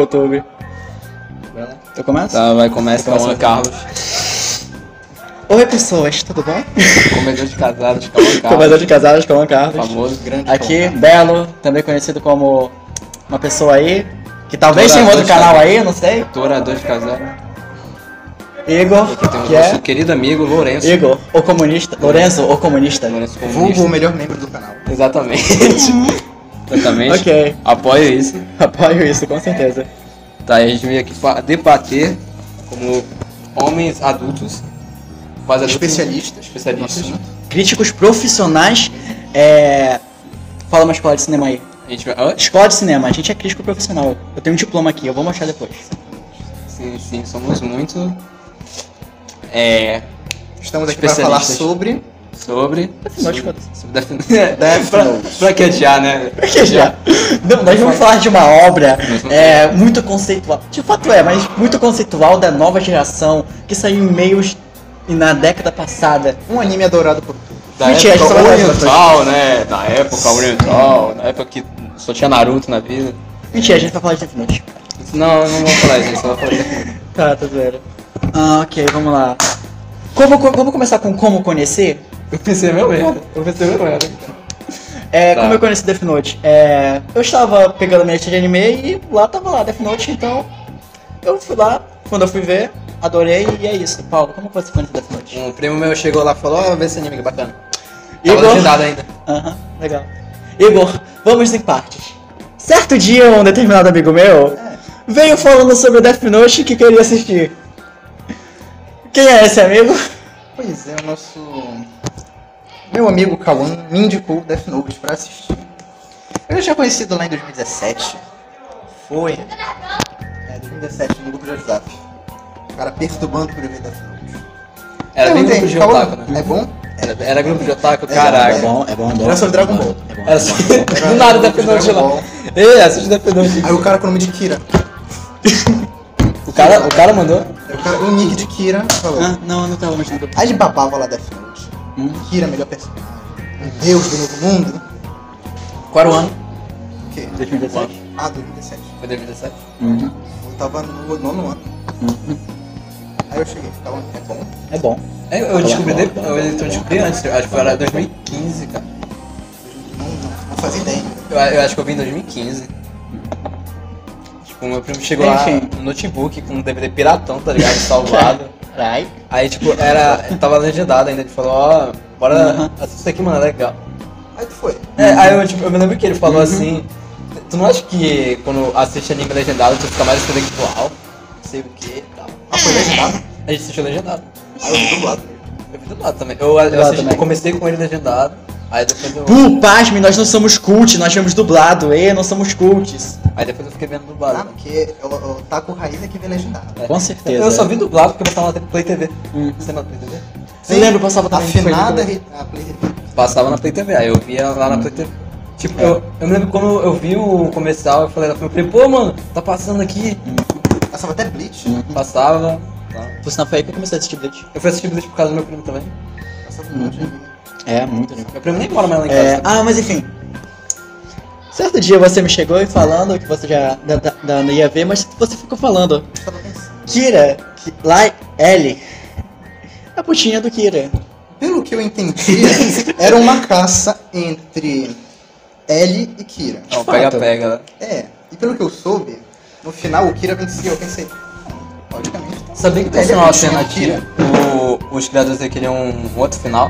YouTube. Eu começo? Tá, vai começar com o Carlos. Oi pessoas, tudo bom? Comedor de casados, Calma Carlos. Comedor de casados, Calma Carlos. Famoso, grande. Aqui, Belo, também conhecido como uma pessoa aí, que talvez tenha um Torador outro de canal casados. aí, não sei. Torador de casados. Igor, Aqui tem o que nosso é querido amigo Lourenço. Igor, o comunista. Lourenço, o comunista. Lourenço Vulgo, comunista. o melhor membro do canal. Exatamente. Exatamente. Ok, Apoio isso. apoio isso, com certeza. Tá, a gente veio aqui pra debater como homens adultos. Quase adultos. Especialistas. Críticos profissionais, Fala uma escola de cinema aí. A gente vai... Hã? Escola de cinema, a gente é crítico profissional. Eu tenho um diploma aqui, eu vou mostrar depois. Sim, somos muito... Estamos aqui para falar sobre Sobre Death Note, foda-se. Death Note. Pra que adiar, né? Que já? Não, nós vamos falar de uma obra muito conceitual. De fato mas muito conceitual da nova geração que saiu em meios e na década passada. um anime adorado por todos. Da Mentira, época a gente só vai oriental, né? Na época oriental, na época que só tinha Naruto na vida. Mentira, a gente vai falar de Death Note. Não vou falar isso, só vou falar de Death Note. Tá zoeira. Ok, vamos lá. Vamos começar com como conhecer? Eu pensei meu merda. Tá. Como eu conheci Death Note? Eu estava pegando minha lista de anime e lá tava lá Death Note, então eu fui lá, quando eu fui ver, adorei e é isso. Paulo, como você conheceu Death Note? Um primo meu chegou lá e falou, ó, vê esse anime que bacana. Igor? Tava legendado ainda. Aham, legal. Igor, vamos em partes. Certo dia, um determinado amigo meu veio falando sobre Death Note que queria assistir. Quem é esse amigo? Pois é, o nosso... Meu amigo Kawan me indicou Death Note pra assistir. Eu já tinha conhecido lá em 2017. Foi. 2017, no grupo de WhatsApp. O cara perturbando pra eu ver Death Note. Era bem Perguntei, grupo de Kawan, otaku, né? É bom? Era grupo de otaku, É caraca. bom, É bom. Era sobre Dragon Ball. Era assim, do nada Death Note Dragon lá. Ball. Ei, assiste Death Note. Aí o cara com o nome de Kira. O cara mandou. O nick de Kira falou. Não, eu não tava imaginando. Aí ele babava lá Death Note. Kira, melhor personagem. O Deus do Novo Mundo. Qual era o ano? O quê? 2017. Ah, 2017. Foi 2017? Uhum. Eu tava no nono ano. Aí eu cheguei, ficava, é bom. É bom. Eu descobri antes, acho que foi 2015, cara. Não fazia ideia. Eu acho que eu vi em 2015. Tipo, meu primo chegou lá Enfim. no notebook com um DVD piratão, tá ligado? Salvado. Right. Aí, tipo, tava legendado ainda. Ele falou, ó, bora assistir isso aqui, mano, é legal. Aí tu foi. Aí eu me lembro que ele falou assim, tu não acha que quando assiste anime legendado tu fica mais intelectual? Não sei o que e tal. Ah, foi legendado? A gente assistiu legendado. Aí eu vi dublado. Eu vi dublado também. Eu comecei com ele legendado, aí depois eu... Pasme, nós não somos cult, nós temos dublado, não somos cults. Aí depois eu fiquei vendo Ah, dublado. porque o Taco Raiz é que vem legendado. Com certeza. Eu só vi dublado porque eu passava na Play TV. Você na Play TV? Eu lembro, passava também. Afinada a Play Passava na Play TV, aí eu via lá na Play TV. Tipo, eu me lembro quando eu vi o comercial, eu falei pra meu primo, pô mano, tá passando aqui. Passava até Bleach. Passava. Por sinal, foi aí que eu comecei a assistir Bleach. Eu fui assistir Bleach por causa do meu primo também. Passava um monte de anime. Muito legal. Meu primo nem mora mais lá em casa. Mas enfim. Certo dia você me chegou e falando que você já não ia ver, mas você ficou falando. Eu tava pensando. Kira, Ellie, a putinha do Kira. Pelo que eu entendi, era uma caça entre Ellie e Kira. Não, pega-pega, né? E pelo que eu soube, no final o Kira venceu. Eu pensei, logicamente. Tá. Sabia que tem um Ellie final putinha do alternativo? Os criadores aí queriam um outro final.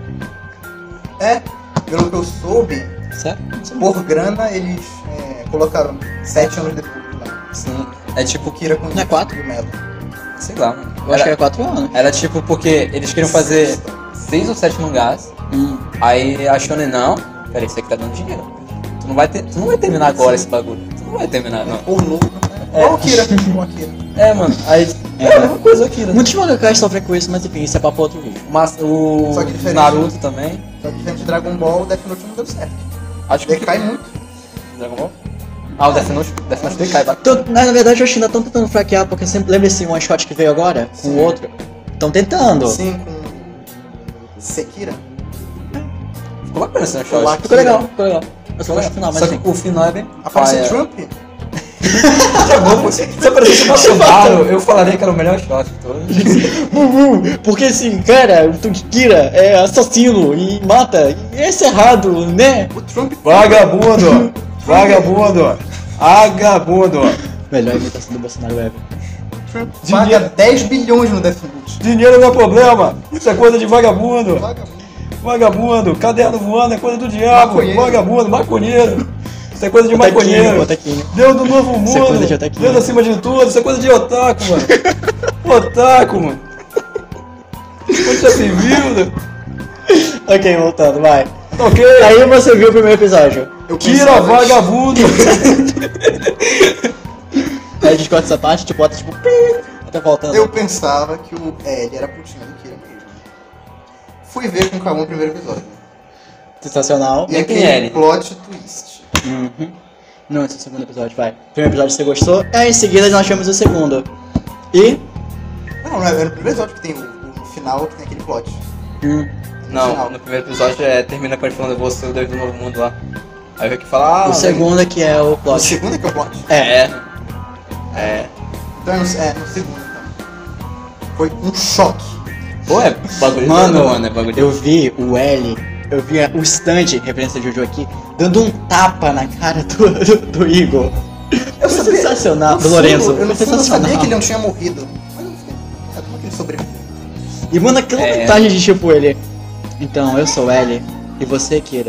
Pelo que eu soube, Certo? por grana eles colocaram 7 anos depois lá. Sim. É tipo, O Kira com Não é 4? o Melo. sei lá, mano. Eu acho que era 4 anos. Era tipo porque eles queriam fazer 6 ou 7 mangás. Aí a Shonen, não, peraí, isso aqui tá dando dinheiro. Tu não vai terminar agora esse bagulho. Tu não vai terminar, não. Pornô. Igual o Kira. Igual a Kira. Mano, aí é a mesma coisa aqui, né? Muitos mangakás sofrem com isso, mas enfim, isso é papo outro vídeo. Mas o Só que diferente, Naruto também. Só que diferente de Dragon Ball, o Death Note não deu certo. Acho que Decai muito. Dragon Ball? Ah, o Death Note decai, bate. Então, na verdade, eu acho que ainda estão tentando fraquear, porque sempre lembra esse one shot que veio agora com o outro. Estão tentando. Sim, com Sekira. Ficou bacana esse Lá shot. Ficou legal, ficou legal. Eu só não acho o final, mas Só que enfim. o final é bem Aparece paia. Trump. É bom, se aparecesse o Bolsonaro, eu falaria que era o melhor shot de todos. Porque assim, cara, o Kira é assassino e mata. E esse é errado, né? O Trump Vagabundo! Vagabundo! Vagabundo! Melhor imitação do Bolsonaro ever. paga 10 bilhões no Death Note. Dinheiro não é problema! Isso é coisa de vagabundo! Vagabundo. Vagabundo! Caderno voando é coisa do diabo! Maconheiro. Vagabundo! Maconheiro! Isso é coisa de Otaquinho, maconheiro! otaquinho. Deus do novo mundo! Isso é coisa de otaquinho. Deus acima de tudo! Isso é coisa de otaku, mano! Otaku, mano! Onde já se viu, né? Ok, voltando, vai. Ok! Aí você viu o primeiro episódio. Eu Tira pensava- vagabundo! Aí a gente corta essa parte, tipo, bota tipo, pim, tá voltando. Eu pensava que o L era putinho do Kira mesmo. Fui ver com o Kawan o primeiro episódio. Sensacional. E quem aquele é ele? plot twist. Uhum. Não, esse é o segundo episódio, vai. Primeiro episódio você gostou, aí em seguida nós tivemos o segundo. E. Não, é no primeiro episódio que tem o final, que tem aquele plot. Não, final. no primeiro episódio termina com ele falando você, o Deus do novo mundo lá. Aí eu que fala, O segundo é que é o O plot. segundo é que é o plot. É. Então é no segundo, então. Foi um choque. Pô, é bagulho Mano, doido, mano, é bagulho eu vi o L, eu vi o stand, referência de Jojo aqui, dando um tapa na cara do Igor. Eu Foi sabia- sensacional. no Do Lorenzo. fundo, eu no Foi fundo eu sensacional. sabia que ele não tinha morrido. Mas eu fiquei. Como é que ele sobreviveu? E mano, aquela montagem de tipo ele. Então, eu sou o L, e você, Kira.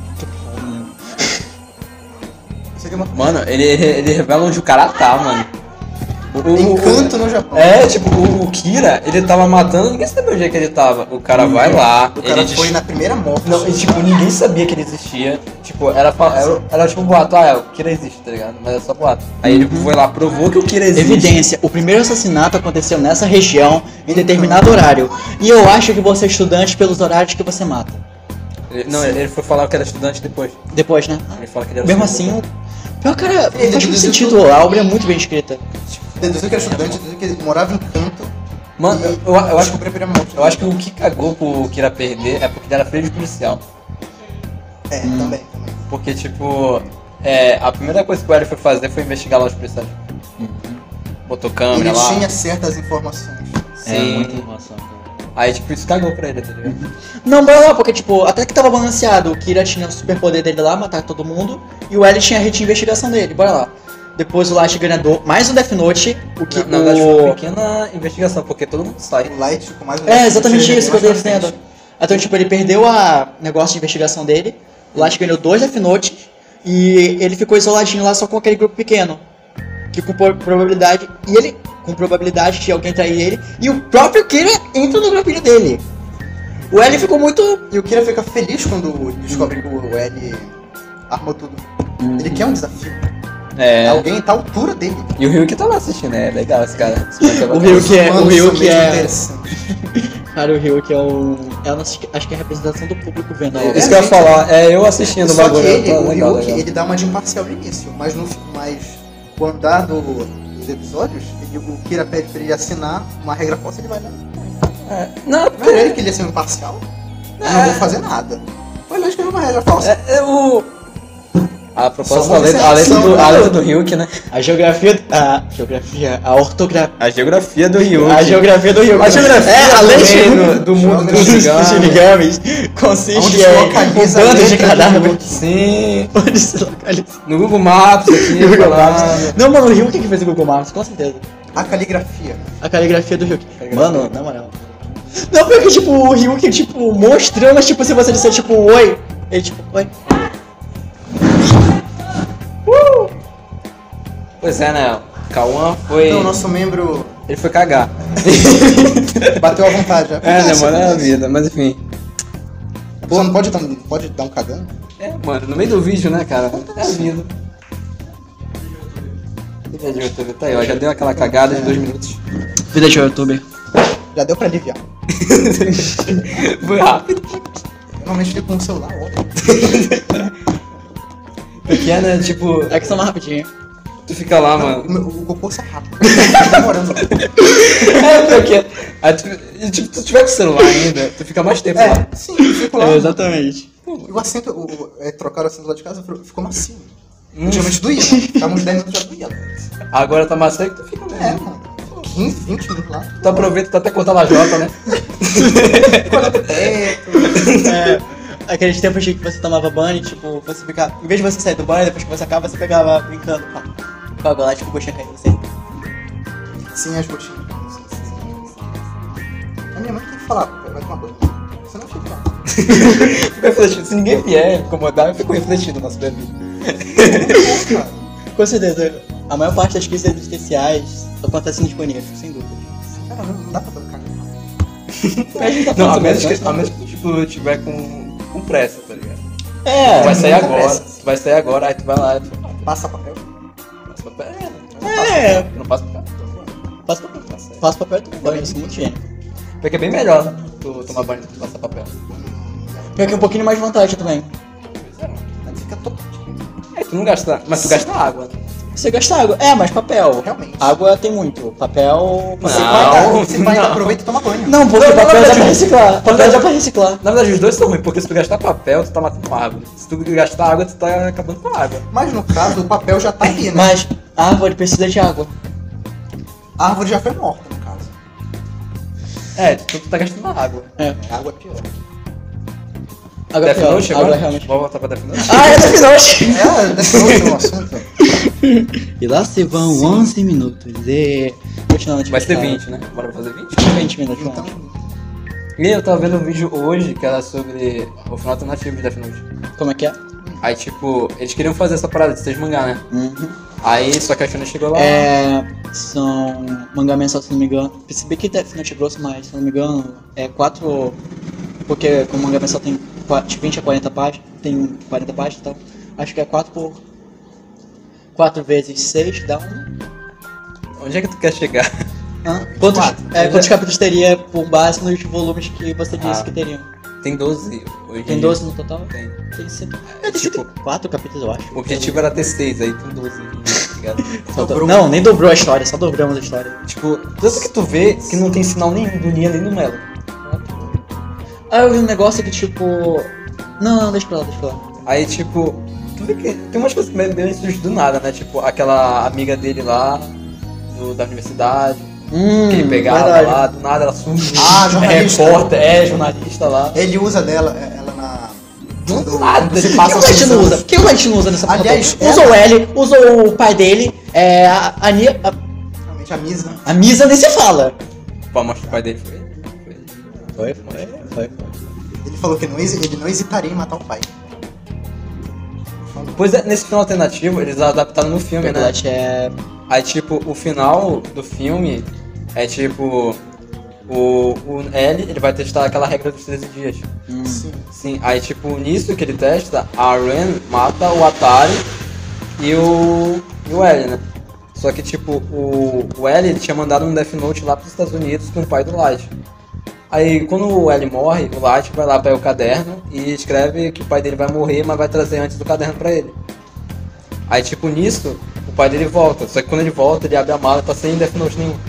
Isso aqui é uma. Mano, ele revela onde o cara tá, mano. Encanto no Japão. É, tipo, o Kira, ele tava matando, ninguém sabia onde é que ele tava. O cara vai lá, O cara ele foi na primeira morte. Não, e tipo, ninguém sabia que ele existia. Tipo, era tipo boato, o Kira existe, tá ligado? Mas é só boato. Aí ele foi lá, provou que o Kira existe. Evidência, o primeiro assassinato aconteceu nessa região, em determinado horário. E eu acho que você é estudante pelos horários que você mata. Ele foi falar que era estudante depois. Depois, né? Ele fala que ele era Mesmo estudante assim, pior cara, Ele faz muito deduziu sentido, a obra é muito bem escrita. Deduziu que era estudante, deduziu que ele morava em Canto. Mano, e eu acho que descobriu a primeira morte. Eu acho que o que cagou pro Kira perder é porque ele era filho de policial. É, também. Porque, tipo, a primeira coisa que o L foi fazer foi investigar lá os policiais. Botou câmera Ele lá. tinha certas informações. Sim. informação. Aí, tipo, isso cagou pra ele, tá ligado? Não, bora lá, porque tipo, até que tava balanceado, o Kira tinha o superpoder dele lá, matar todo mundo, e o L tinha a hit de investigação dele, bora lá. Depois o Light ganhador, mais um Death Note, o que Na verdade, foi uma pequena investigação, porque todo mundo sai. O Light com mais um. É, exatamente ele isso que eu mais tô pra dizendo. frente. Então, tipo, ele perdeu a negócio de investigação dele, o Light ganhou 2 Death Notes, e ele ficou isoladinho lá só com aquele grupo pequeno. Que com probabilidade, e ele, com probabilidade de alguém trair ele, e o próprio Kira entra no grupinho dele. O L ficou muito... E o Kira fica feliz quando descobre que o L armou tudo. Ele quer um desafio. É. Alguém tá à altura dele. E o Ryuki tá lá assistindo, é legal esse cara. Esse moleque é O bacana. Ryuki é- Humanos o Ryuki são mesmo é- interessantes. Cara, o Ryuk é o... É a nossa, acho que é a representação do público vendo a obra. Isso que eu ia falar, eu assistindo o Só que bagulho. ele, tá o legal, Ryuki, legal. ele dá uma de imparcial no início, mas com o andar dos episódios, o Kira pede pra ele assinar uma regra falsa, ele vai lá. Não, Não era ele que ele ia ser um imparcial? Eu não vou fazer nada. Foi lá escrever uma regra falsa. A proposta Só uma a letra do Ryuki, né? A geografia... A ortografia... A geografia do Ryuki. A geografia do Ryuk. A geografia a lei do mundo dos dos Shinigamis. Shinigamis consiste Onde se em um localiza a bando de letra do cadáveres. Sim. Onde se localiza. No Google Maps aqui, Google falando. Maps. Não, mano, o Ryuk que fez o Google Maps, com certeza. A caligrafia. A caligrafia do Ryuk. Mano, na moral. Não, porque tipo, o Ryuk é tipo monstrão, mas tipo, se você disser tipo, oi, ele tipo, oi. Pois é, né? O Kawan foi. Então, o nosso membro Ele foi cagar. bateu à vontade. É, né, Acontece, mano? É a acontece. vida, mas enfim. A pessoa não pode dar um cagão? É, mano, no meio do vídeo, né, cara? É a vida. Vida de YouTube, tá aí, ó. Já deu aquela cagada de 2 minutos. Vida de youtuber. Já deu pra aliviar. Foi rápido. Eu normalmente fico com o celular, ó. Porque é, né? Tipo, É que só mais rapidinho. tu fica lá, O mano. cocô sai rápido. Tá demorando. Porque. Aí tu, tipo, tu tiver com o celular ainda, tu fica mais tempo lá. É, sim, eu fico lá. Exatamente. E o assento, trocaram o assento lá de casa, ficou macio. Ultimamente doía, mano. Ficava uns 10 minutos já doía. Agora tá mais sério que tu fica É, mesmo. mano. 15, 20 minutos lá. Tu aproveita e tá até cortando a jota, né? Olha pro teto. Aqueles tempos que você tomava banho, tipo, você ficava. Em vez de você sair do banho, depois que você acaba, você pegava brincando com a água lá, tipo, coxinha caindo assim. Sim, as gotinhas. A minha mãe tem que falar, vai tomar banho. Você não fica lá. Fico refletindo. Se ninguém vier incomodar, eu fico refletindo na sua vida. Cara, Com certeza, a maior parte das crises existenciais acontecem nos banheiros, sem dúvida. cara, não dá pra fazer cagar. Não, a menos que tipo, tiver com pressa, tá ligado? É, Tu vai sair muita agora, pressa. tu vai sair agora, aí tu vai lá e tu Passa papel. passa papel. É. Não passa papel. faço papel e tomo banho, isso é muito higiênico. Porque é bem melhor tu tomar banho do que passar papel. Pior que um pouquinho mais de vantagem também. Aí fica topinho. É, tu não gasta, mas tu gasta água, né? Você gasta água. É, mas papel. Realmente. Água tem muito. Papel. Você Não, vai, não. aproveita e toma banho. Não, porque Não, papel na dá pra verdade- reciclar. Papel dá pra reciclar. Na verdade, os dois são ruins, porque se tu gastar papel, tu tá matando água. Se tu gastar água, tu tá acabando com a água. Mas no caso, o papel já tá ali, né? Mas a árvore precisa de água. A árvore já foi morta, no caso. É, tu tá gastando água. É. A água é pior. Água é Death pior. Note Água agora? realmente. Vamos voltar pra Death Note? Ah, é Death Note! É, desse outro assunto. E lá se vão 11 minutos. E... Continuando, tipo, Vai ser tá. 20, né? Bora fazer 20? 20 minutos. Então, E eu tava vendo um vídeo hoje que era sobre o final alternativo de Death Note. Como é que é? Aí, tipo, eles queriam fazer essa parada de 6 mangá, né? Uhum. Aí, só que a Shonen chegou lá. São mangá mensal, se não me engano. Percebi que Death Note é grosso, mas se não me engano, é 4. Porque como mangá mensal tem de 20 a 40 páginas, tem 40 páginas, então acho que é 4 por. 4 vezes 6 dá um. Onde é que tu quer chegar? Hã? Quantos, Quatro. quantos capítulos teria por base nos volumes que você disse Ah. que teriam? Tem 12 hoje. Tem 12 no total? Tem. Tem 100. Tipo, 4 capítulos, eu acho. o objetivo era ter 6, aí tem 12, tá ligado? dobrou. Não, nem dobrou a história, só dobramos a história. Tipo, tanto que tu vê que não tem sinal nenhum do Nia nem do Melo. Ah, eu vi um negócio que tipo. Não, deixa pra lá, deixa pra lá. Aí, tipo, tu vê que tem umas coisas meio surgem do nada, né? Tipo, aquela amiga dele lá, da universidade, que ele pegava verdade. lá, do nada ela sumiu. Ah, jornalista. É repórter, jornalista lá. ele usa ela na... Do nada, quando se ele passa Quem o os Light não anos. usa? Quem o Light não usa nessa porra Aliás, toda? Usa o L, usa o pai dele, a Nia. Realmente, a Misa. A Misa nem se fala. Pô, mostra o pai dele, foi? Foi. Ele falou que ele não hesitaria em matar o pai. Pois é, nesse final alternativo, eles adaptaram no filme, né? Light é. Aí, tipo, o final do filme é tipo. O L, ele vai testar aquela regra dos 13 dias. Sim. Sim, aí, tipo, nisso que ele testa, a Ren mata o Atari e o L, né? Só que, tipo, o L ele tinha mandado um Death Note lá pros Estados Unidos com o pai do Light. Aí, quando o L morre, o Light vai lá, pega o caderno e escreve que o pai dele vai morrer, mas vai trazer antes do caderno pra ele. Aí, tipo, nisso, o pai dele volta. Só que quando ele volta, ele abre a mala e tá sem Death Note nenhum.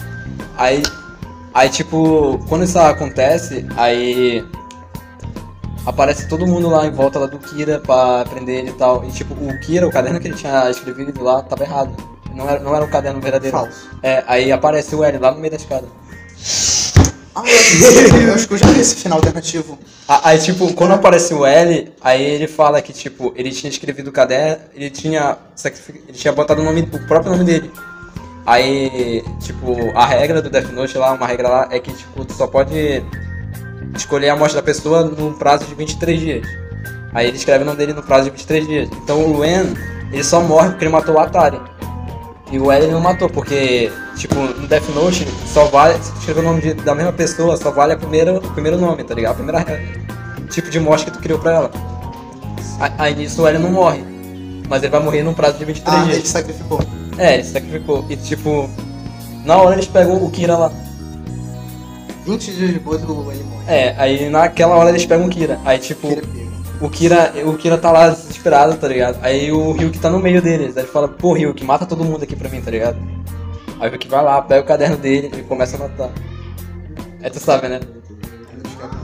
Aí, tipo, quando isso acontece, aí aparece todo mundo lá em volta lá do Kira pra prender ele e tal. E, tipo, o Kira, o caderno que ele tinha escrevido lá, tava errado. Não era um caderno verdadeiro. Falso. É, aí aparece o L lá no meio da escada. Ah, eu acho que eu já vi esse final alternativo. Aí, tipo, quando aparece o L, aí ele fala que, tipo, ele tinha escrevido o caderno, ele tinha botado o próprio nome dele. Aí, tipo, a regra do Death Note lá, uma regra lá, é que, tipo, tu só pode escolher a morte da pessoa no prazo de 23 dias. Aí ele escreve o nome dele no prazo de 23 dias. Então o Luen, ele só morre porque ele matou o Atari. E o L ele não matou, porque, tipo, no Death Note, só vale, se tu escrever o nome da mesma pessoa, só vale o primeiro nome, tá ligado? A primeira tipo de morte que tu criou pra ela. Aí nisso o L não morre, mas ele vai morrer num prazo de 23 Ah, dias. ele sacrificou. É, ele se sacrificou. E, tipo, na hora eles pegam o Kira lá. 20 dias depois ele morre. É, aí naquela hora eles pegam o Kira. Aí, tipo, Kira pega. o Kira tá lá desesperado, tá ligado? Aí o Ryuki tá no meio deles. Aí ele fala, pô, Ryuki, mata todo mundo aqui pra mim, tá ligado? Aí o Ryuki vai lá, pega o caderno dele e começa a matar. Aí tu sabe, né?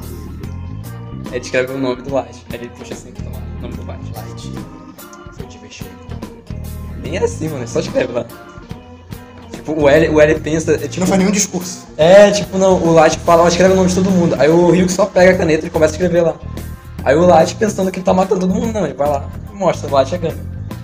Aí ele escreve o nome do Light. Aí ele puxa assim, tá lá, o nome do Light. Light. Foi divertido. achei. Nem é assim, mano, é só escrever lá. Tipo, o L pensa. Tipo, Não faz nenhum discurso. tipo, não, o Light fala, ó, escreve o nome de todo mundo. Aí o Ryuk só pega a caneta e começa a escrever lá. Aí o Light pensando que ele tá matando todo mundo, não, ele vai lá e mostra o Light chegando.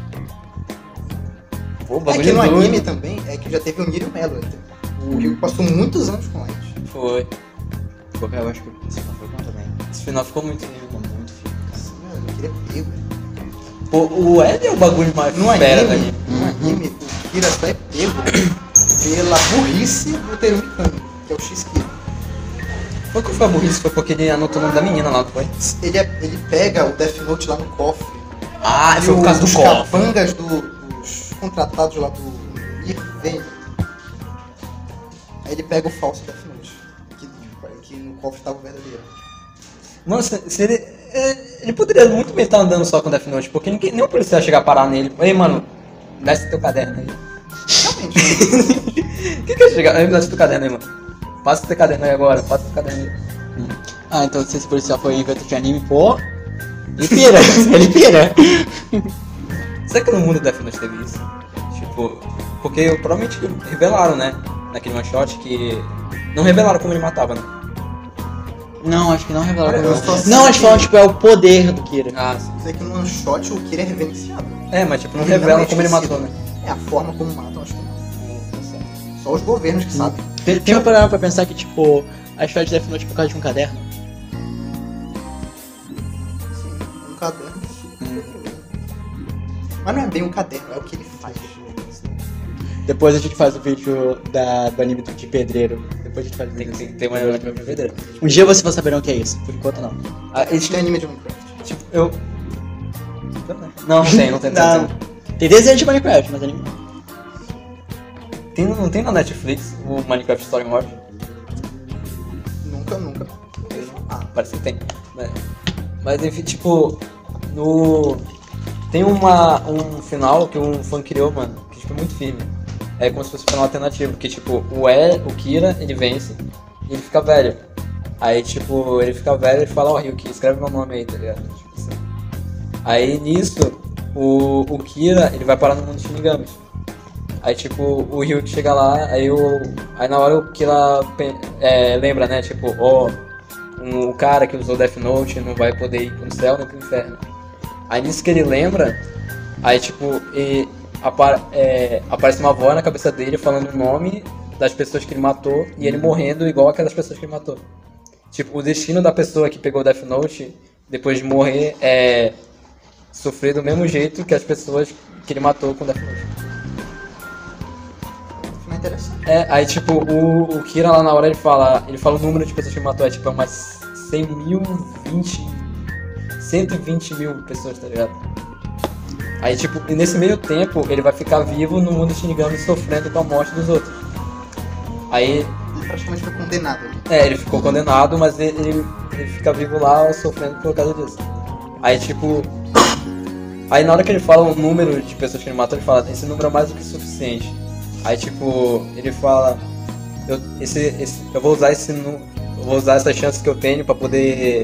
Pô, É bagulho que no doido. anime também, é que já teve o Nier e o Melo. O Ryuk passou muitos anos com Light. Foi. Pô, cara, eu acho que esse não foi bom também. Esse final ficou muito lindo. Ficou muito feio, cara. Assim, eu queria pego. Pô, o L é o bagulho mais No fera anime, dali. no anime, o Kira só é pego pela burrice do Terumi Kami, que é o X-Kira. Foi que foi a burrice? Foi porque ele anotou o nome da menina lá, não foi? Ele pega o Death Note lá no cofre. Ah, e foi por causa do os cofre. capangas dos contratados lá do Nier vêm. Aí ele pega o falso Death Note, que no cofre tava o verdadeiro. Mano, se ele. Ele poderia muito bem estar andando só com Death Note, porque nenhum policial ia chegar a parar nele. Ei, mano, dá esse teu caderno aí. Realmente, né? Quem quer chegar? Dá esse teu caderno aí, mano. Passa o teu caderno aí agora, passa o teu caderno aí. Ah, então se esse policial foi inventor de anime, pô. Ele pira, ele pira. Será que no mundo do Death Note teve isso? Tipo, porque provavelmente revelaram, né? Naquele one shot que. Não revelaram como ele matava, né? Não, acho que não revelaram. Olha, eu só sei Não, eles que- falam, tipo, é o poder do Kira. Ah, sim. Sei que no one shot o Kira é reverenciado. Mas tipo, não Ele revelam não é como ele esquecido. matou, né? É a forma como matam, acho que não. Só os governos que sabem. Tem uma parada pra pensar que, tipo, a história de Death Note é por causa de um caderno. Sim, um caderno. Mas não é bem um caderno, é o que ele faz. Depois a gente faz o vídeo do anime de pedreiro. Depois a gente faz o Tem vídeo. que ter uma brincadeira. Um dia vocês vão saber o que é isso, por enquanto não. Ah, eles Tem anime de Minecraft. tipo, eu. Não tem, não tem. Não. Tem desenho de Minecraft, mas anime não. Não tem na Netflix o Minecraft Story Mode? Nunca. Ah, parece que tem. Mas enfim, tipo, tem um final que um fã criou, mano, que tipo, é muito firme. É como se fosse um final alternativo, que tipo, o Kira, ele vence e ele fica velho. Aí tipo, ele fica velho e fala, ó, Ryuki, escreve meu nome aí, tá ligado? Tipo assim. Aí nisso, o Kira, ele vai parar no mundo de Shinigamis. Aí tipo, o Ryuki chega lá, aí na hora o Kira lembra, né, tipo, o cara que usou Death Note não vai poder ir pro céu nem pro inferno. Aí nisso que ele lembra, aí tipo, aparece uma voz na cabeça dele falando o nome das pessoas que ele matou e ele morrendo igual aquelas pessoas que ele matou. Tipo, o destino da pessoa que pegou Death Note, depois de morrer, é sofrer do mesmo jeito que as pessoas que ele matou com Death Note. Não é interessante. Aí tipo, o Kira lá na hora ele fala o número de pessoas que ele matou, é tipo, é umas 120 mil pessoas, tá ligado? Aí tipo, e nesse meio tempo ele vai ficar vivo no mundo Shinigami sofrendo com a morte dos outros. Aí, Ele praticamente foi condenado ali. ele ficou condenado, mas ele fica vivo lá sofrendo por causa disso. Aí tipo, aí na hora que ele fala o número de pessoas que ele matou, ele fala, esse número é mais do que suficiente. Aí tipo, ele fala, eu vou usar eu vou usar essas chances que eu tenho pra poder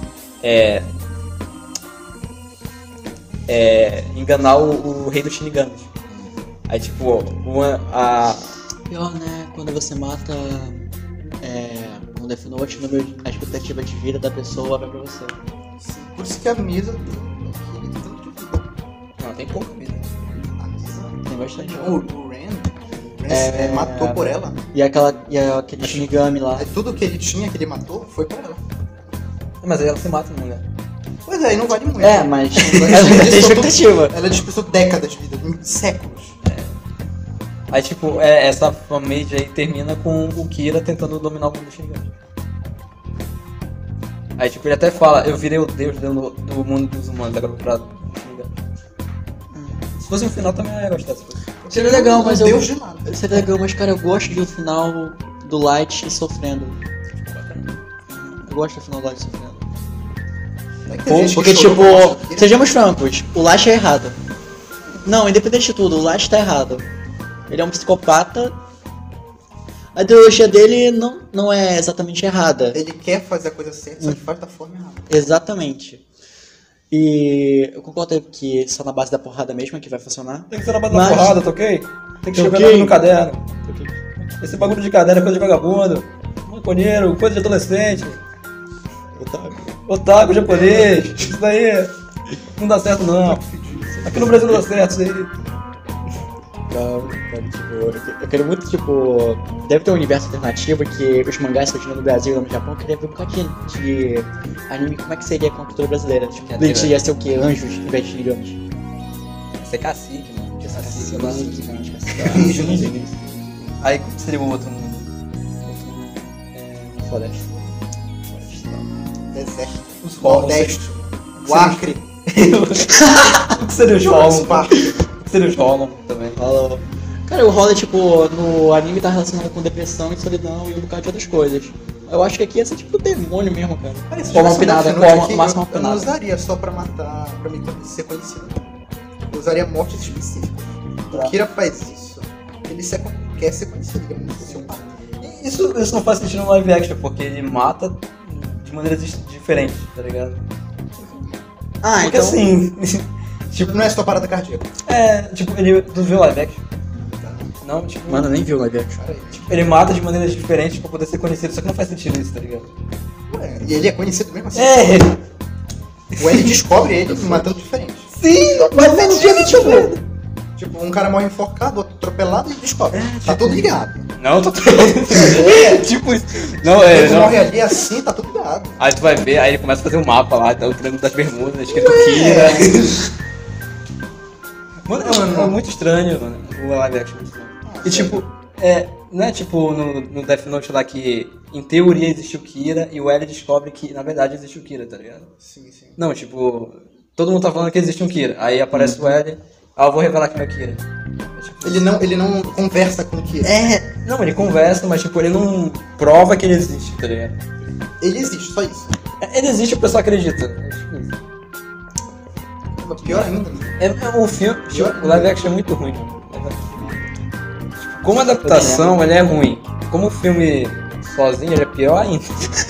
enganar o rei dos Shinigamis. Aí tipo, Pior, né? Quando você mata um Death Note, a expectativa de vida da pessoa vai pra você. Sim, por isso que a Misa tem aquele tanto de vida. não, tem pouco vida. A Misa. Tem bastante. O Ren matou por ela. E aquele Shinigami lá. Aí tudo que ele tinha que ele matou foi por ela. Mas aí ela se mata, não é? Pois é, aí não vale muito. Mas Ela tem expectativa. Ela dispensou décadas de vida, séculos. Aí tipo, essa fanmade aí termina com o Kira tentando dominar o mundo Shinigami. Aí tipo, ele até fala, eu virei o deus do mundo dos humanos, agora pra Shinigami. Se fosse um final também eu ia gostar. Seria legal, mas Deus de nada. Seria legal, mas cara, eu gosto do final do Light sofrendo. Eu gosto do final do Light sofrendo. É que tem gente que Porque, chorou tipo, por causa do Kira. sejamos francos, o Light é errado. Não, independente de tudo, o Light tá errado. Ele é um psicopata. A ideologia dele não é exatamente errada. Ele quer fazer a coisa certa, só que faz da forma errada. Exatamente. E eu concordo que só na base da porrada mesmo é que vai funcionar. Tem que ser na base da Mas- porrada, tá ok? Tem que Tá escrever ok. nome no caderno. Esse bagulho de caderno é coisa de vagabundo, maconheiro, coisa de adolescente, otaku japonês, isso daí não dá certo não. Aqui no Brasil não dá certo isso aí. Cara, tipo, eu quero muito, tipo, deve ter um universo alternativo que os mangás surgindo no Brasil ou no Japão, eu queria ver um bocadinho de anime, como é que seria com a cultura brasileira. Tipo, Bleach ia ser o quê? Anjos em vez de gigante. Isso é cacique, mano. Cacique, Aí como seria o outro mundo? Floresta. Deserto. Os Hollows. Nordeste. O Acre. O que seria os Hollows? O que seria os Hollows também? Fala. Cara, o Hollow, tipo, no anime tá relacionado com depressão e solidão e um bocado de outras coisas. Eu acho que aqui ia ser tipo demônio mesmo, cara. Olha, se Ou uma tivesse um pinada, Death ou Note uma aqui, máxima eu não pinada. usaria só pra matar, pra me ser conhecido. Eu usaria mortes específicas. Tá. O Kira faz isso. Ele quer ser conhecido, ele é muito sociopata. Isso não faz sentido no live action, porque ele mata de maneiras diferentes, tá ligado? Ah, Porque então... assim, Tipo, não é só parada cardíaca. tipo, ele. Tu viu live action? Não, tipo. Mano, eu nem viu o live action. Cara, Ele mata de maneiras diferentes pra poder ser conhecido, só que não faz sentido isso, tá ligado? ué, e ele é conhecido mesmo assim. É! O L descobre ele matando diferente. Sim, mas é no dia 21. Tipo, um cara morre enforcado, outro atropelado e descobre. Tá tudo ligado. Não, tô. Tipo isso. Não, Ele não. morre ali assim, tá tudo ligado. Aí tu vai ver, aí ele começa a fazer um mapa lá, tá o Triângulo das Bermudas, escrito Kira. Mano, é muito estranho, mano, o live action. E tipo, não é tipo no Death Note lá que em teoria existe o Kira e o L descobre que na verdade existe o Kira, tá ligado? Sim, sim. Não, tipo, todo mundo tá falando que existe um Kira, aí aparece o L, eu vou revelar que não é Kira. É, tipo, Ele não conversa com o Kira. não, ele conversa, mas tipo, ele não prova que ele existe, tá ligado? Ele existe, só isso. Ele existe e o pessoal acredita. É tipo isso. Pior ainda, né? O filme, o live action é muito ruim. Tipo, como adaptação, ele é ruim. Como filme sozinho, ele é pior ainda.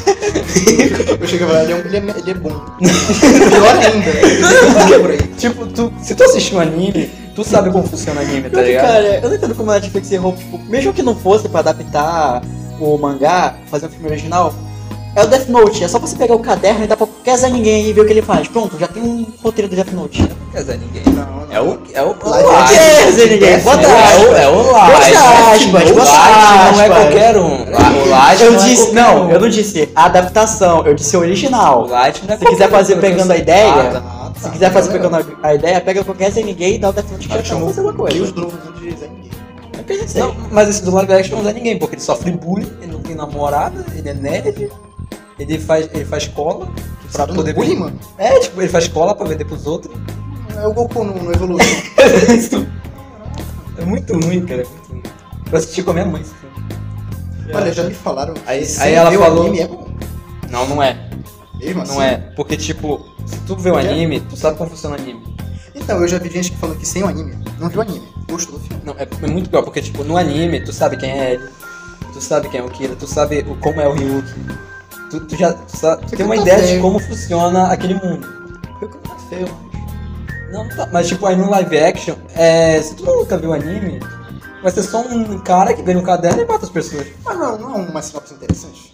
Eu cheguei a falar, ele é bom. Pior ainda. Ele por aí. Tipo, se tu assistir um anime, tu sabe como funciona o anime, tá ligado? Cara, eu não entendo como a Netflix errou, tipo, mesmo que não fosse pra adaptar o mangá, fazer um filme original, é o Death Note, é só você pegar o caderno e dar pra qualquer Zé Ninguém e ver o que ele faz. Pronto, já tem um roteiro do Death Note. Não quer dizer ninguém. Não. É o Live Light. É, Zé Ninguém, bota É o Light. aspas, O bota Light não é aspas. qualquer um. O Light Eu não é disse, qualquer não, um. eu não disse adaptação, eu disse O original. Light não é Se quiser qualquer fazer um, pegando a eu ideia, sei. tá. se quiser fazer pegando a ideia, pega qualquer Zé Ninguém e dá o Death Note que já Chamou fazer alguma Deus coisa. do novo mundo de Zé Ninguém. É o que eu sei. Não, mas esse do live action não é ninguém, porque ele sofre bullying, ele não tem namorada, ele é nerd, ele faz cola pra Tá poder dando bullying, mano. É, tipo, ele faz cola pra vender pros outros. É o Goku no Evolution. É muito ruim, cara. É muito ruim. Eu assisti com a minha mãe esse filme. Olha, já me falaram. Aí sem ela ver o falou- anime é bom. Não é. Mesmo assim. Não é. Porque, tipo, se tu vê o Por quê? anime, tu sabe como funciona o anime. Então, eu já vi gente que falou que sem o anime, não viu o anime, gostou do filme. Não, é muito pior, porque, tipo, no anime, tu sabe quem é ele, tu sabe quem é o Kira, tu sabe como é o Ryuki. Tu já tu tem uma tá ideia de feio. como funciona aquele mundo. Eu tá feio. Não, tá. Mas tipo, aí no live action, se tu nunca viu anime, vai ser só um cara que ganha um caderno e mata as pessoas. Mas não é uma sinopse interessante.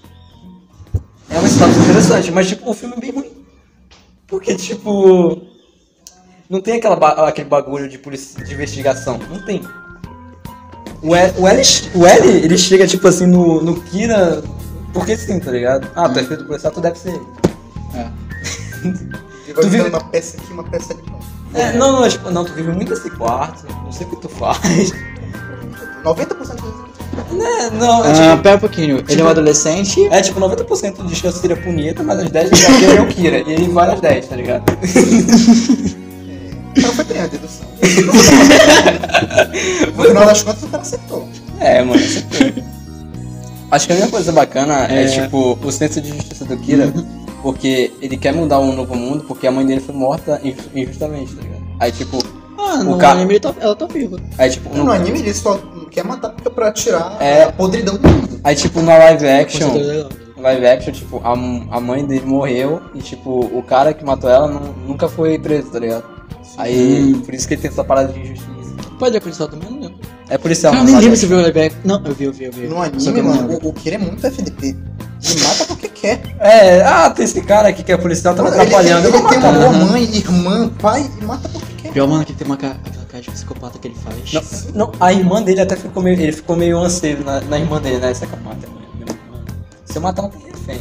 É uma história interessante, mas tipo, o filme é bem ruim. Porque, tipo, não tem aquele bagulho de polícia de investigação. Não tem. O L, ele chega, tipo assim, no Kira, porque sim, tá ligado? Ah, tu é filho do policial, tu deve ser ele. É. Ele vai Tu viver vive- uma peça aqui, uma peça ali. Não, tipo, não, tu vive muito esse quarto, não sei o que tu faz. 90% das vezes. Não, Pera um pouquinho, ele é um adolescente. É tipo 90% de chance seria punheta, mas as 10 já queria o Kira. E ele vai nas 10, tá ligado? O cara foi bem a dedução. No final das contas, o cara acertou. É, mano, acertei. Acho que a única coisa bacana é tipo o senso de justiça do Kira, porque ele quer mudar um novo mundo porque a mãe dele foi morta injustamente, tá ligado? Aí tipo, Ah, no cara- anime ela tá viva. aí tipo, No anime, ele só quer matar porque é pra tirar É. a podridão do mundo. aí tipo na live action, Conceito legal. no live action, tipo, a mãe dele morreu e, tipo, o cara que matou ela nunca foi preso, tá ligado? Aí, por isso que ele tem essa parada de injustiça. Pode é policial também, não lembro. É policial. Eu nem lembro se viu o live action. Não, eu vi. No Só anime, que eu não mano, lembro. o Kira é muito FDP. Ele mata porque quer. Tem esse cara aqui que é policial, tá me Mano, atrapalhando. ele tem uma matar. boa mãe, irmã, pai, e mata porque quer. Pior, mano, que tem aquela cara de psicopata que ele faz. Não, a irmã dele até ficou meio. Ele ficou meio anseio na irmã dele, né? Essa que mata. Se eu matar, não tem refém.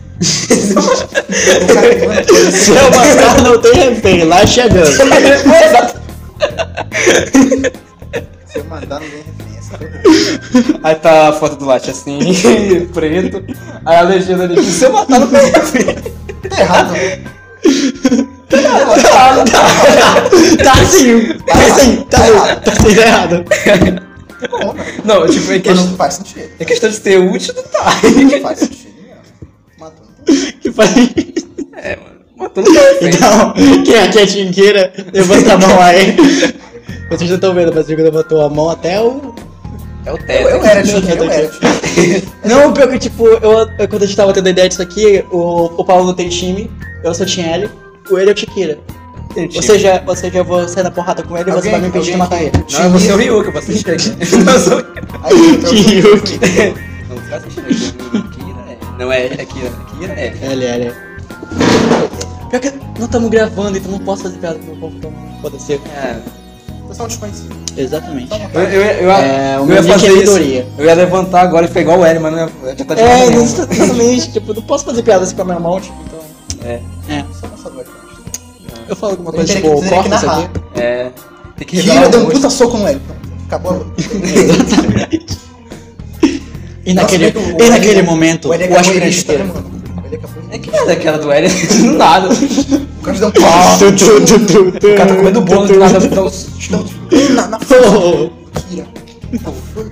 O cara, mano, Se eu matar, não tem refém, lá chegando. se eu mandar, não tem referência. Aí tá a foto do Latte assim, preto. Aí a legenda ali, se eu matar, não tem refém. Tá errado, né? Tá sim, tá errado. Bom, né? Não, tipo, Mas não faz sentido. é questão de ser útil, não tá. Não faz sentido mesmo. Matou. Que faz... Mano, matou no refém. Então, quem aqui é tinqueira, levanta a mão aí. Vocês não estão vendo, mas o Diego levantou a mão até o... É o teto. Eu era tinha. Não, pior que tipo, quando a gente tava tendo a ideia disso aqui, o Paulo não tem time, eu sou Team L, o ele é o Tikira. Ou seja, eu vou sair na porrada com ele e você vai me impedir de matar ele. Não, eu vou ser o Ryuk, eu vou assistir aqui. Ryuk. Não, você vai assistir aqui. Kira é. Não é Kira. Kira é. Ele. Pior que não estamos gravando, então não posso fazer piada com o povo, então pode ser. Vocês são desconhecidos. Exatamente. Eu meu ia nick fazer é isso. Vidoria. Eu ia levantar agora e pegar o L, mas não já tá de É, nenhuma. exatamente, tipo, não posso fazer piada assim com a minha mão, tipo, então... É. Só nessa voz. Eu falo alguma Eu coisa, teria tipo, que corta isso narrar. aqui. É. Tem que Kira revelar deu o um rosto. puta soco no L. Acabou a luta. E Nossa, naquele, o e L- naquele momento, o L é o aspirante capoeirista, né, inteiro. mano? O L é capoeirista. É que merda aquela do L do nada. O cara deu um Tu, tu, tu, tu, O cara tá comendo bolo do nada. Então, Estão na Oh. frente. Kira. Oh, fuck.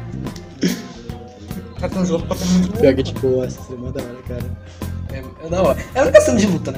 O cara tem um jogo pra ter muito Pior que, tipo, essa semana da hora, cara. é da hora. É uma questão de luta, né?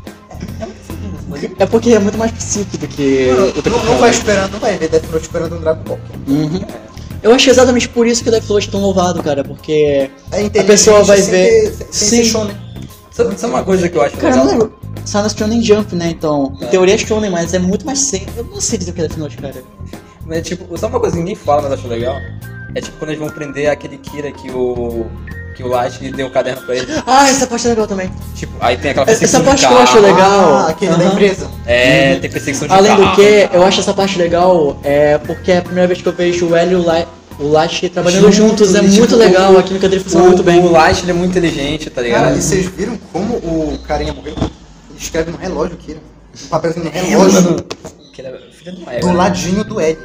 É porque é muito mais psíquico do que... Não vai esperando, não vai ver Death Note esperando um Dragon Ball. Uhum. Eu acho exatamente por isso que o Death Note é tão louvado, cara, porque... É A pessoa vai ver... Sem Sim. ser shonen. Sabe uma coisa que eu acho Cara, eu legal? não lembro. Sai na Shonen Jump, né, então... Em teoria é Shonen, mas é muito mais sério. Eu não sei dizer o que é Death Note, cara. Mas, tipo, sabe uma coisa que ninguém fala, mas eu acho legal? É tipo quando eles vão prender aquele Kira que o Light deu o caderno pra ele. Ah, essa parte é legal também. Tipo, aí tem aquela Essa perseguição parte de que eu acho carro. legal. Aquele da Aham. empresa. É, tem perseguição de Além carro. do que, eu acho essa parte legal, porque é a primeira vez que eu vejo o L e o Light trabalhando juntos, é Juntos, muito tipo, legal, a química dele funciona muito bem. O Light, ele é muito inteligente, tá ligado? Cara, e vocês viram como o carinha morreu? Ele escreve no relógio, Kira. Um papelzinho no relógio. Que ele é filho de uma Do égua. ladinho do L.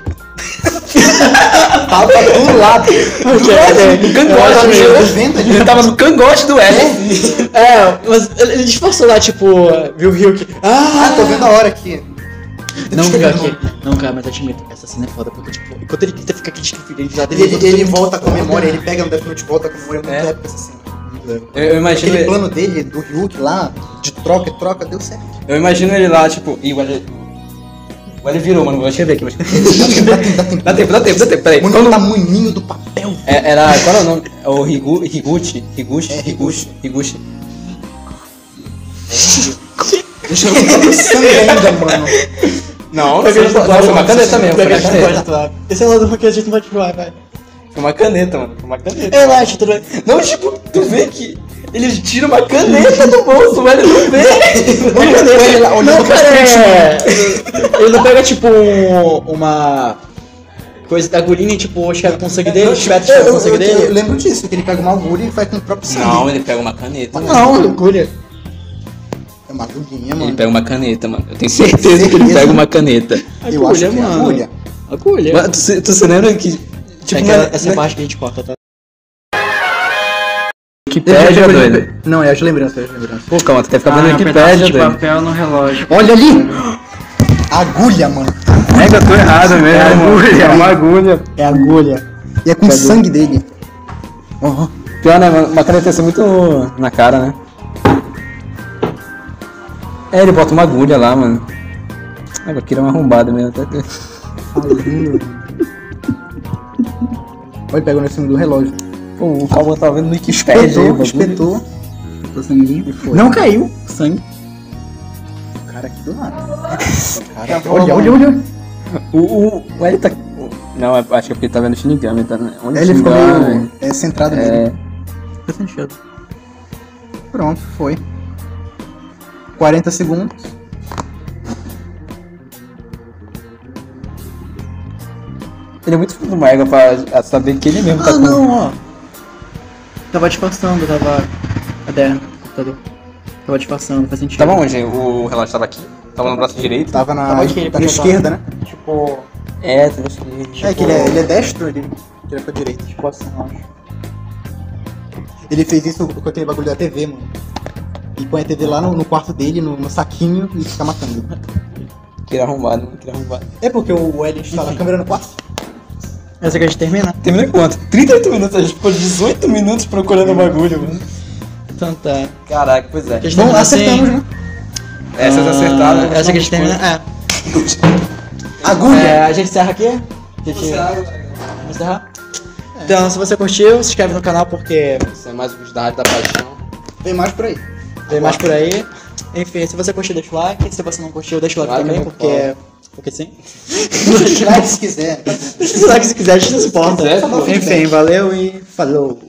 Tava do lado. No cangote, ele tava no cangote do L. Mas ele disfarçou lá, tipo, viu o Ryuk. Ah, tô vendo a hora aqui. Não, cara, não, cara, mas eu te admito, essa cena é foda, porque, tipo, enquanto ele fica aqui desconfiado, Ele volta com a memória, ele pega no Death Note e volta com a memória. É muito É. épica essa cena. Eu imagino Aquele ele, plano dele, do Ryuk lá, de troca e troca, deu certo. eu imagino ele lá, tipo, e o L virou, mano, deixa eu ver aqui, mas... Dá tempo, peraí. Muito o tamanhinho do papel. Era, qual é o nome? É o Higuchi? É, Higuchi. Deixa eu ver sangue ainda, mano. Não, foi uma caneta mesmo, foi uma caneta. Esse é o lado que a gente não pode voar, vai. Foi uma caneta, mano, foi uma caneta. É, Light, tudo bem. Não, tipo, tu vê que eles tiram uma caneta do bolso, velho, não vê. Não, cara, ele não pega, tipo, uma coisa da agulhinha e, tipo, escreve com o sangue dele, escreve com o sangue Eu dele. lembro disso, que ele pega uma agulha e faz com o próprio sangue. Não, ele pega uma caneta. Não, agulha. É uma agulhinha, Ele mano. pega uma caneta, mano. Eu tenho certeza que ele pega uma caneta. Eu acho que é agulha. Agulha. Mas tu se lembra que... Tipo, Essa parte que a gente corta, tá? Wikipédia, doido. Não, é as lembranças, Pô, calma, tu quer ficar vendo Wikipédia, doido. papel no relógio. Olha ali! Agulha, mano. É que eu tô errado mesmo, é uma agulha. É agulha. E é com o sangue dele. Uhum. Pior, né, mano? Uma caneta ia ser muito na cara, né? É, ele bota uma agulha lá, mano. Ah, aquilo é uma arrombada mesmo, até. Olha, pega o símbolo do relógio. Pô, o Calma tava vendo no Wikipedia. Espetou sanguinho. Não caiu sangue. O cara aqui do lado. Cara, olha. O L tá... Não, acho que é porque ele tá vendo o Shinigami, tá? Onde Ele ficou Shinigami? meio centrado nele. Faz sentido. Pronto, foi. 40 segundos. Ele é muito filho do Maega pra saber que ele mesmo tá Ah, com... não, ó. Tava disfarçando, tava... Caderno, computador. Tava disfarçando, faz sentido. Tava onde? O relógio tava aqui? Tava no braço direito? Tava na, Tava aqui, tá na esquerda, né? Tipo... É, tava aqui. É que ele é destro, ele tira pra direita. Tipo assim, eu acho. Ele fez isso com aquele bagulho da TV, mano. E põe a TV lá no quarto dele, no saquinho, e fica matando. Queria arrombar, não queria arrombar. É porque o L instala a câmera no quarto. Essa que a gente termina? Termina quanto? 38 minutos, a gente ficou 18 minutos procurando o bagulho, mano. Então tá. Caraca, pois é. A gente Bom, termina acertamos, né? Essas acertaram. Essa que a gente termina... É. Agulha! A gente encerra aqui? Vamos encerrar? Então, se você curtiu, se inscreve no canal porque Isso é mais um vídeo da Rádio da Paixão. Vem mais por aí. tem mais por aí. Enfim, se você curtiu, deixa o like. Se você não curtiu, deixa o like Like também, no porque... Porque sim. Like se quiser. Deixa o like se quiser, a gente não se importa. Se quiser, pô. Enfim, valeu e falou.